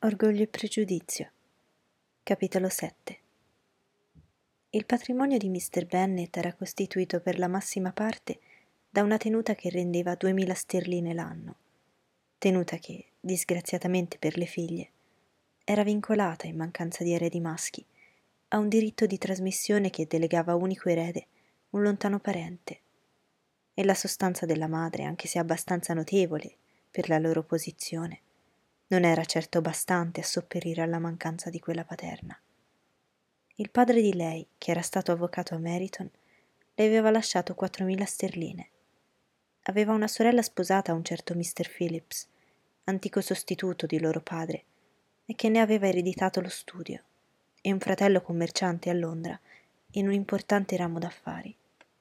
Orgoglio e pregiudizio. Capitolo 7. Il patrimonio di Mr. Bennet era costituito per la massima parte da una tenuta che rendeva 2000 sterline l'anno, tenuta che, disgraziatamente per le figlie, era vincolata, in mancanza di eredi maschi, a un diritto di trasmissione che delegava unico erede un lontano parente, e la sostanza della madre, anche se abbastanza notevole per la loro posizione, non era certo bastante a sopperire alla mancanza di quella paterna. Il padre di lei, che era stato avvocato a Meryton, le aveva lasciato 4000 sterline. Aveva una sorella sposata a un certo Mr. Phillips, antico sostituto di loro padre, e che ne aveva ereditato lo studio, e un fratello commerciante a Londra in un importante ramo d'affari.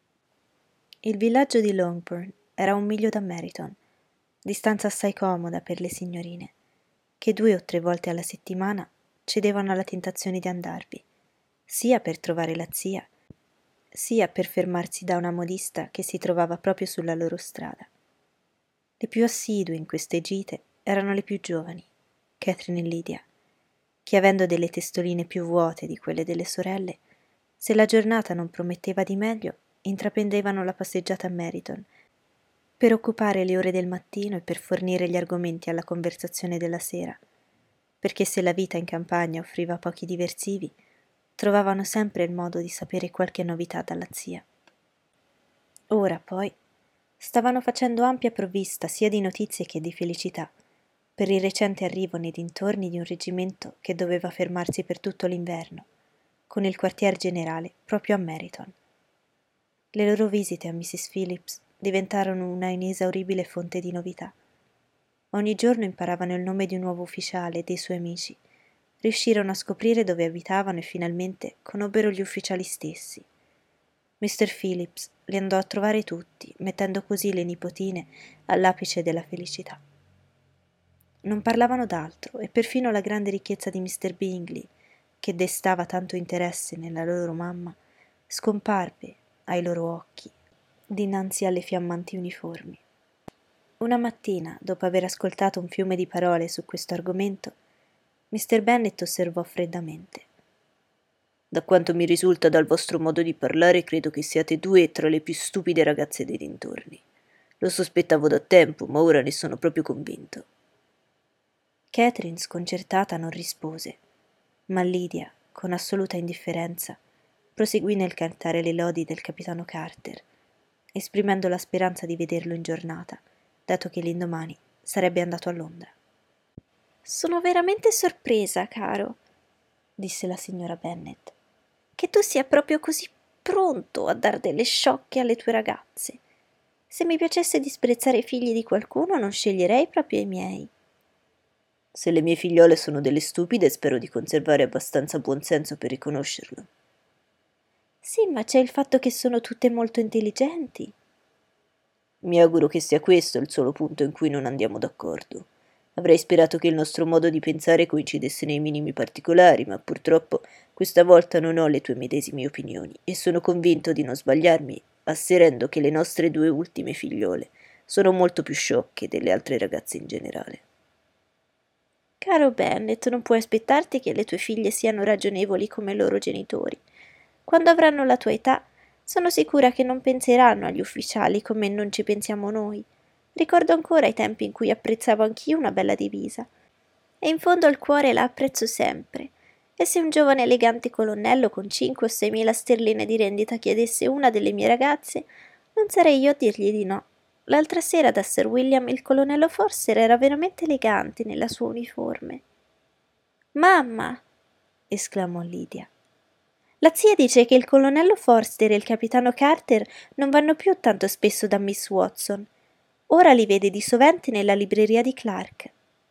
Il villaggio di Longbourn era 1 miglio da Meryton, distanza assai comoda per le signorine, che 2 o 3 volte alla settimana cedevano alla tentazione di andarvi, sia per trovare la zia, sia per fermarsi da una modista che si trovava proprio sulla loro strada. Le più assidue in queste gite erano le più giovani, Catherine e Lydia, che avendo delle testoline più vuote di quelle delle sorelle, se la giornata non prometteva di meglio, intraprendevano la passeggiata a Meryton, per occupare le ore del mattino e per fornire gli argomenti alla conversazione della sera, perché se la vita in campagna offriva pochi diversivi, trovavano sempre il modo di sapere qualche novità dalla zia. Ora, poi, stavano facendo ampia provvista sia di notizie che di felicità, per il recente arrivo nei dintorni di un reggimento che doveva fermarsi per tutto l'inverno, con il quartier generale proprio a Meryton. Le loro visite a Mrs. Phillips diventarono una inesauribile fonte di novità. Ogni giorno imparavano il nome di un nuovo ufficiale e dei suoi amici, riuscirono a scoprire dove abitavano e finalmente conobbero gli ufficiali stessi. Mr. Phillips li andò a trovare tutti, mettendo così le nipotine all'apice della felicità. Non parlavano d'altro e perfino la grande ricchezza di Mr. Bingley, che destava tanto interesse nella loro mamma, scomparve ai loro occhi dinanzi alle fiammanti uniformi. Una mattina, dopo aver ascoltato un fiume di parole su questo argomento, Mr. Bennet osservò freddamente: Da quanto mi risulta dal vostro modo di parlare, credo che siate 2 tra le più stupide ragazze dei dintorni. Lo sospettavo da tempo, ma ora ne sono proprio convinto. Catherine, sconcertata, non rispose, ma Lydia, con assoluta indifferenza, proseguì nel cantare le lodi del capitano Carter, esprimendo la speranza di vederlo in giornata, dato che l'indomani sarebbe andato a Londra. «Sono veramente sorpresa, caro», disse la signora Bennet, «che tu sia proprio così pronto a dar delle sciocche alle tue ragazze. Se mi piacesse disprezzare i figli di qualcuno, non sceglierei proprio i miei». Se le mie figliole sono delle stupide, spero di conservare abbastanza buon senso per riconoscerlo. Sì, ma c'è il fatto che sono tutte molto intelligenti. Mi auguro che sia questo il solo punto in cui non andiamo d'accordo. Avrei sperato che il nostro modo di pensare coincidesse nei minimi particolari, ma purtroppo questa volta non ho le tue medesime opinioni e sono convinto di non sbagliarmi, asserendo che le nostre 2 ultime figliole sono molto più sciocche delle altre ragazze in generale. Caro Bennet, non puoi aspettarti che le tue figlie siano ragionevoli come i loro genitori. Quando avranno la tua età, sono sicura che non penseranno agli ufficiali come non ci pensiamo noi. Ricordo ancora i tempi in cui apprezzavo anch'io una bella divisa. E in fondo al cuore la apprezzo sempre. E se un giovane elegante colonnello con 5 o 6 mila sterline di rendita chiedesse una delle mie ragazze, non sarei io a dirgli di no. L'altra sera da Sir William il colonnello Forster era veramente elegante nella sua uniforme. «Mamma!» esclamò Lydia. «La zia dice che il colonnello Forster e il capitano Carter non vanno più tanto spesso da Miss Watson. Ora li vede di sovente nella libreria di Clark».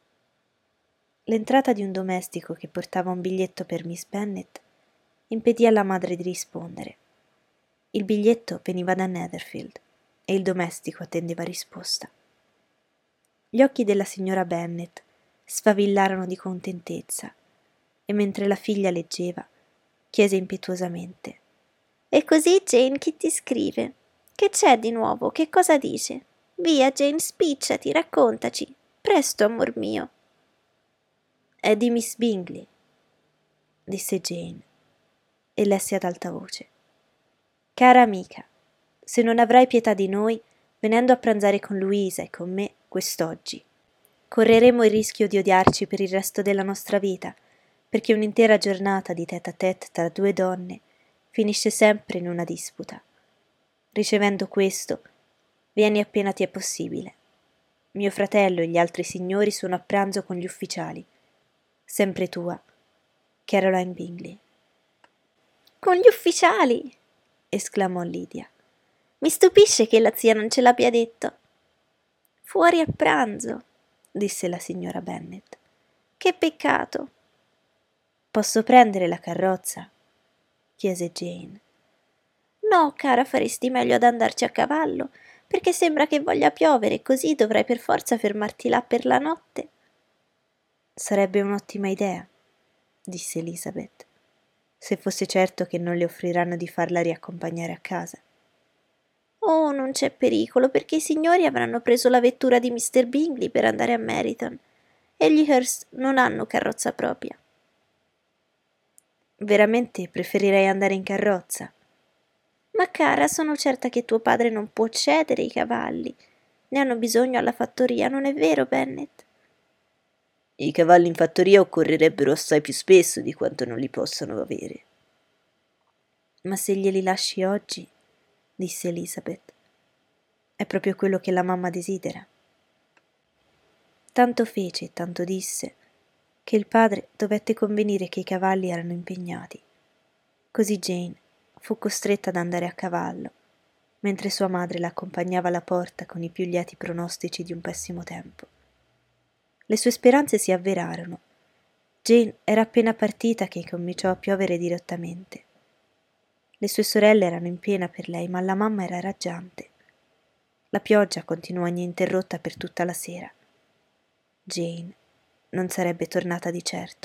L'entrata di un domestico che portava un biglietto per Miss Bennet impedì alla madre di rispondere. Il biglietto veniva da Netherfield e il domestico attendeva risposta. Gli occhi della signora Bennet sfavillarono di contentezza e mentre la figlia leggeva chiese impetuosamente: «E così, Jane, chi ti scrive? Che c'è di nuovo? Che cosa dice? Via, Jane, spicciati, raccontaci. Presto, amor mio». È di Miss Bingley, disse Jane e lesse ad alta voce. Cara amica, se non avrai pietà di noi, venendo a pranzare con Luisa e con me quest'oggi, correremo il rischio di odiarci per il resto della nostra vita, perché un'intera giornata di tête-à-tête tra due donne finisce sempre in una disputa. Ricevendo questo, vieni appena ti è possibile. Mio fratello e gli altri signori sono a pranzo con gli ufficiali. Sempre tua, Caroline Bingley. Con gli ufficiali! Esclamò Lydia. Mi stupisce che la zia non ce l'abbia detto. Fuori a pranzo, disse la signora Bennet. Che peccato. Posso prendere la carrozza? Chiese Jane. No, cara, faresti meglio ad andarci a cavallo, perché sembra che voglia piovere e così dovrai per forza fermarti là per la notte. Sarebbe un'ottima idea, disse Elizabeth, se fosse certo che non le offriranno di farla riaccompagnare a casa. Oh, non c'è pericolo, perché i signori avranno preso la vettura di Mr. Bingley per andare a Meryton, e gli Hurst non hanno carrozza propria. Veramente preferirei andare in carrozza. Ma cara, sono certa che tuo padre non può cedere i cavalli. Ne hanno bisogno alla fattoria, non è vero, Bennet? I cavalli in fattoria occorrerebbero assai più spesso di quanto non li possano avere. Ma se glieli lasci oggi, disse Elizabeth, è proprio quello che la mamma desidera. Tanto fece e tanto disse che il padre dovette convenire che i cavalli erano impegnati. Così Jane fu costretta ad andare a cavallo, mentre sua madre l'accompagnava alla porta con i più lieti pronostici di un pessimo tempo. Le sue speranze si avverarono. Jane era appena partita che cominciò a piovere dirottamente. Le sue sorelle erano in pena per lei, ma la mamma era raggiante. La pioggia continuò ininterrotta per tutta la sera. Jane non sarebbe tornata di certo.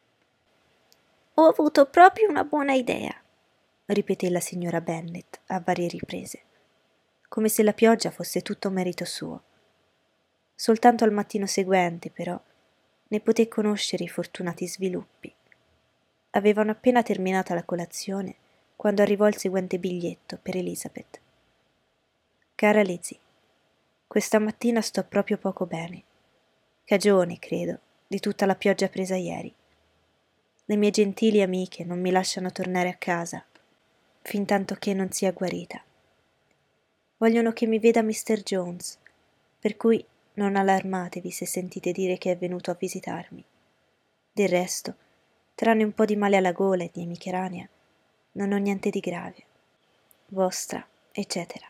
Ho avuto proprio una buona idea, ripeté la signora Bennet a varie riprese, come se la pioggia fosse tutto merito suo. Soltanto al mattino seguente, però, ne poté conoscere i fortunati sviluppi. Avevano appena terminata la colazione quando arrivò il seguente biglietto per Elizabeth. Cara Lizzie, questa mattina sto proprio poco bene. Cagione, credo, di tutta la pioggia presa ieri. Le mie gentili amiche non mi lasciano tornare a casa fin tanto che non sia guarita. Vogliono che mi veda Mr. Jones, per cui non allarmatevi se sentite dire che è venuto a visitarmi. Del resto, tranne un po' di male alla gola e di emicrania, non ho niente di grave. Vostra, eccetera.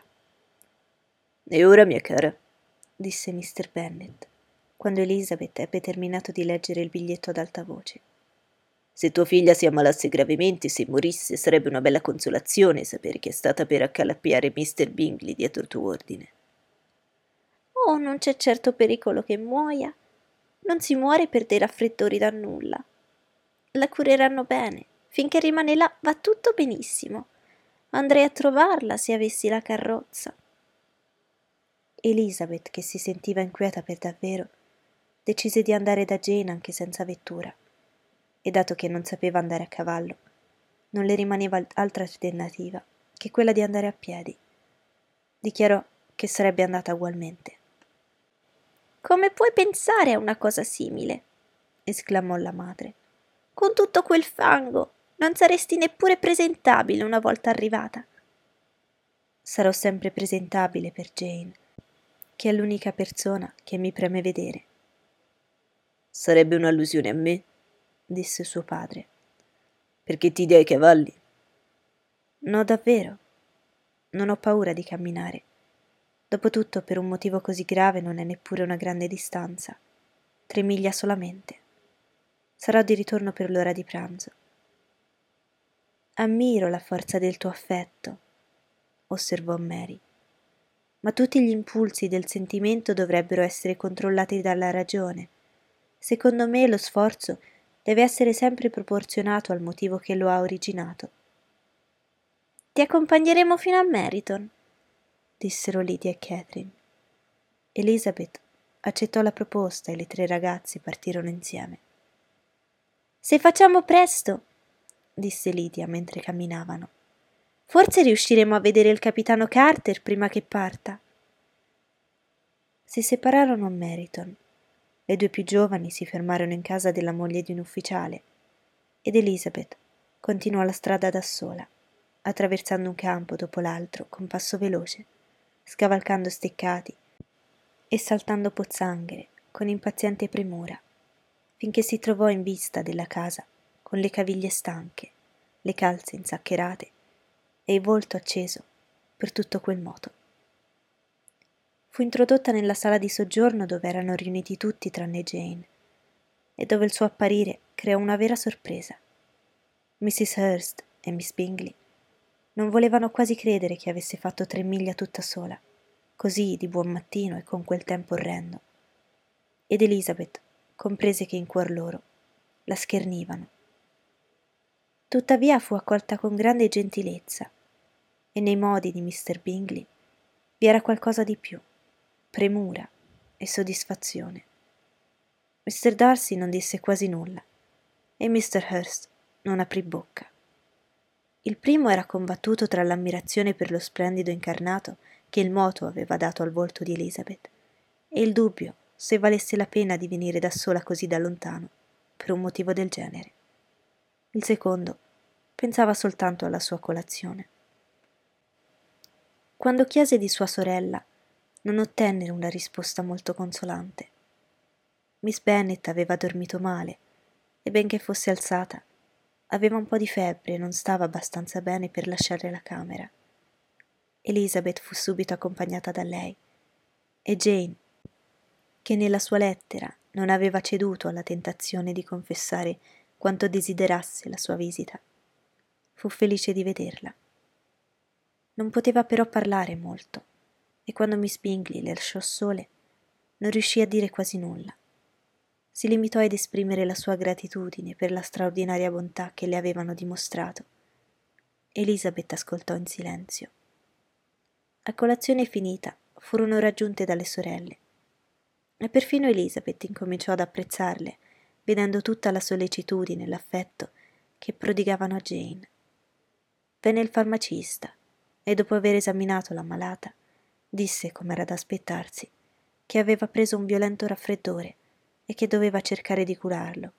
E ora, mia cara, disse Mr. Bennet, quando Elizabeth ebbe terminato di leggere il biglietto ad alta voce. se tua figlia si ammalasse gravemente e se morisse, sarebbe una bella consolazione sapere che è stata per accalappiare Mr. Bingley dietro il tuo ordine. Oh, non c'è certo pericolo che muoia. Non si muore per dei raffreddori da nulla. La cureranno bene. Finché rimane là va tutto benissimo. Andrei a trovarla se avessi la carrozza. Elizabeth, che si sentiva inquieta per davvero, decise di andare da Jane anche senza vettura, e dato che non sapeva andare a cavallo, non le rimaneva altra alternativa che quella di andare a piedi. Dichiarò che sarebbe andata ugualmente. Come puoi pensare a una cosa simile? Esclamò la madre. Con tutto quel fango non saresti neppure presentabile una volta arrivata. Sarò sempre presentabile per Jane, che è l'unica persona che mi preme vedere. Sarebbe un'allusione a me, disse suo padre. Perché ti dia i cavalli? No, davvero. Non ho paura di camminare. Dopotutto, per un motivo così grave non è neppure una grande distanza. 3 miglia solamente. Sarò di ritorno per l'ora di pranzo. Ammiro la forza del tuo affetto, osservò Mary, ma tutti gli impulsi del sentimento dovrebbero essere controllati dalla ragione. Secondo me lo sforzo deve essere sempre proporzionato al motivo che lo ha originato. Ti accompagneremo fino a Meryton, dissero Lydia e Catherine. Elizabeth accettò la proposta e le 3 ragazze partirono insieme. Se facciamo presto, disse Lydia mentre camminavano, forse riusciremo a vedere il capitano Carter prima che parta. Si separarono a Meriton. Le due più giovani si fermarono in casa della moglie di un ufficiale ed Elizabeth continuò la strada da sola, attraversando un campo dopo l'altro con passo veloce, scavalcando steccati e saltando pozzanghere con impaziente premura, finché si trovò in vista della casa con le caviglie stanche, le calze insaccherate e il volto acceso per tutto quel moto. Fu introdotta nella sala di soggiorno dove erano riuniti tutti tranne Jane, e dove il suo apparire creò una vera sorpresa. Mrs. Hurst e Miss Bingley non volevano quasi credere che avesse fatto 3 miglia tutta sola, così di buon mattino e con quel tempo orrendo. Ed Elizabeth comprese che in cuor loro la schernivano. Tuttavia fu accolta con grande gentilezza, e nei modi di Mr. Bingley vi era qualcosa di più, premura e soddisfazione. Mr. Darcy non disse quasi nulla, e Mr. Hurst non aprì bocca. Il primo era combattuto tra l'ammirazione per lo splendido incarnato che il moto aveva dato al volto di Elizabeth e il dubbio se valesse la pena di venire da sola così da lontano per un motivo del genere. Il secondo pensava soltanto alla sua colazione. Quando chiese di sua sorella, non ottenne una risposta molto consolante. Miss Bennet aveva dormito male e benché fosse alzata, aveva un po' di febbre e non stava abbastanza bene per lasciare la camera. Elizabeth fu subito accompagnata da lei e Jane, che nella sua lettera non aveva ceduto alla tentazione di confessare quanto desiderasse la sua visita, fu felice di vederla. Non poteva però parlare molto e quando Miss Bingley le lasciò sole non riuscì a dire quasi nulla. Si limitò ad esprimere la sua gratitudine per la straordinaria bontà che le avevano dimostrato. Elizabeth ascoltò in silenzio. A colazione finita furono raggiunte dalle sorelle e perfino Elizabeth incominciò ad apprezzarle, vedendo tutta la sollecitudine e l'affetto che prodigavano a Jane. Venne il farmacista e dopo aver esaminato l'ammalata disse, come era da aspettarsi, che aveva preso un violento raffreddore e che doveva cercare di curarlo.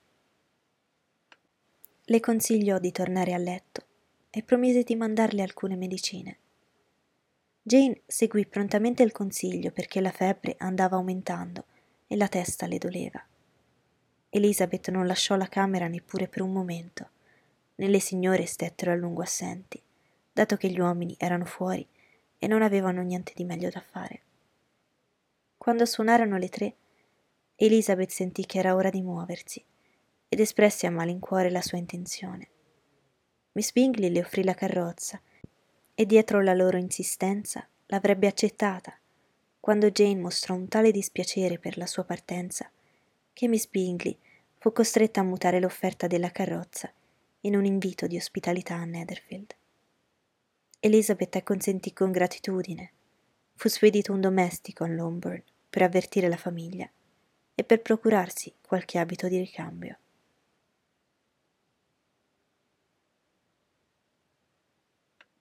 Le consigliò di tornare a letto e promise di mandarle alcune medicine. Jane seguì prontamente il consiglio perché la febbre andava aumentando e la testa le doleva. Elizabeth non lasciò la camera neppure per un momento, né le signore stettero a lungo assenti, dato che gli uomini erano fuori e non avevano niente di meglio da fare. Quando suonarono le 3, Elizabeth sentì che era ora di muoversi ed espresse a malincuore la sua intenzione. Miss Bingley le offrì la carrozza e dietro la loro insistenza l'avrebbe accettata, quando Jane mostrò un tale dispiacere per la sua partenza che Miss Bingley fu costretta a mutare l'offerta della carrozza in un invito di ospitalità a Netherfield. Elizabeth acconsentì con gratitudine. Fu spedito un domestico a Longbourn per avvertire la famiglia e per procurarsi qualche abito di ricambio.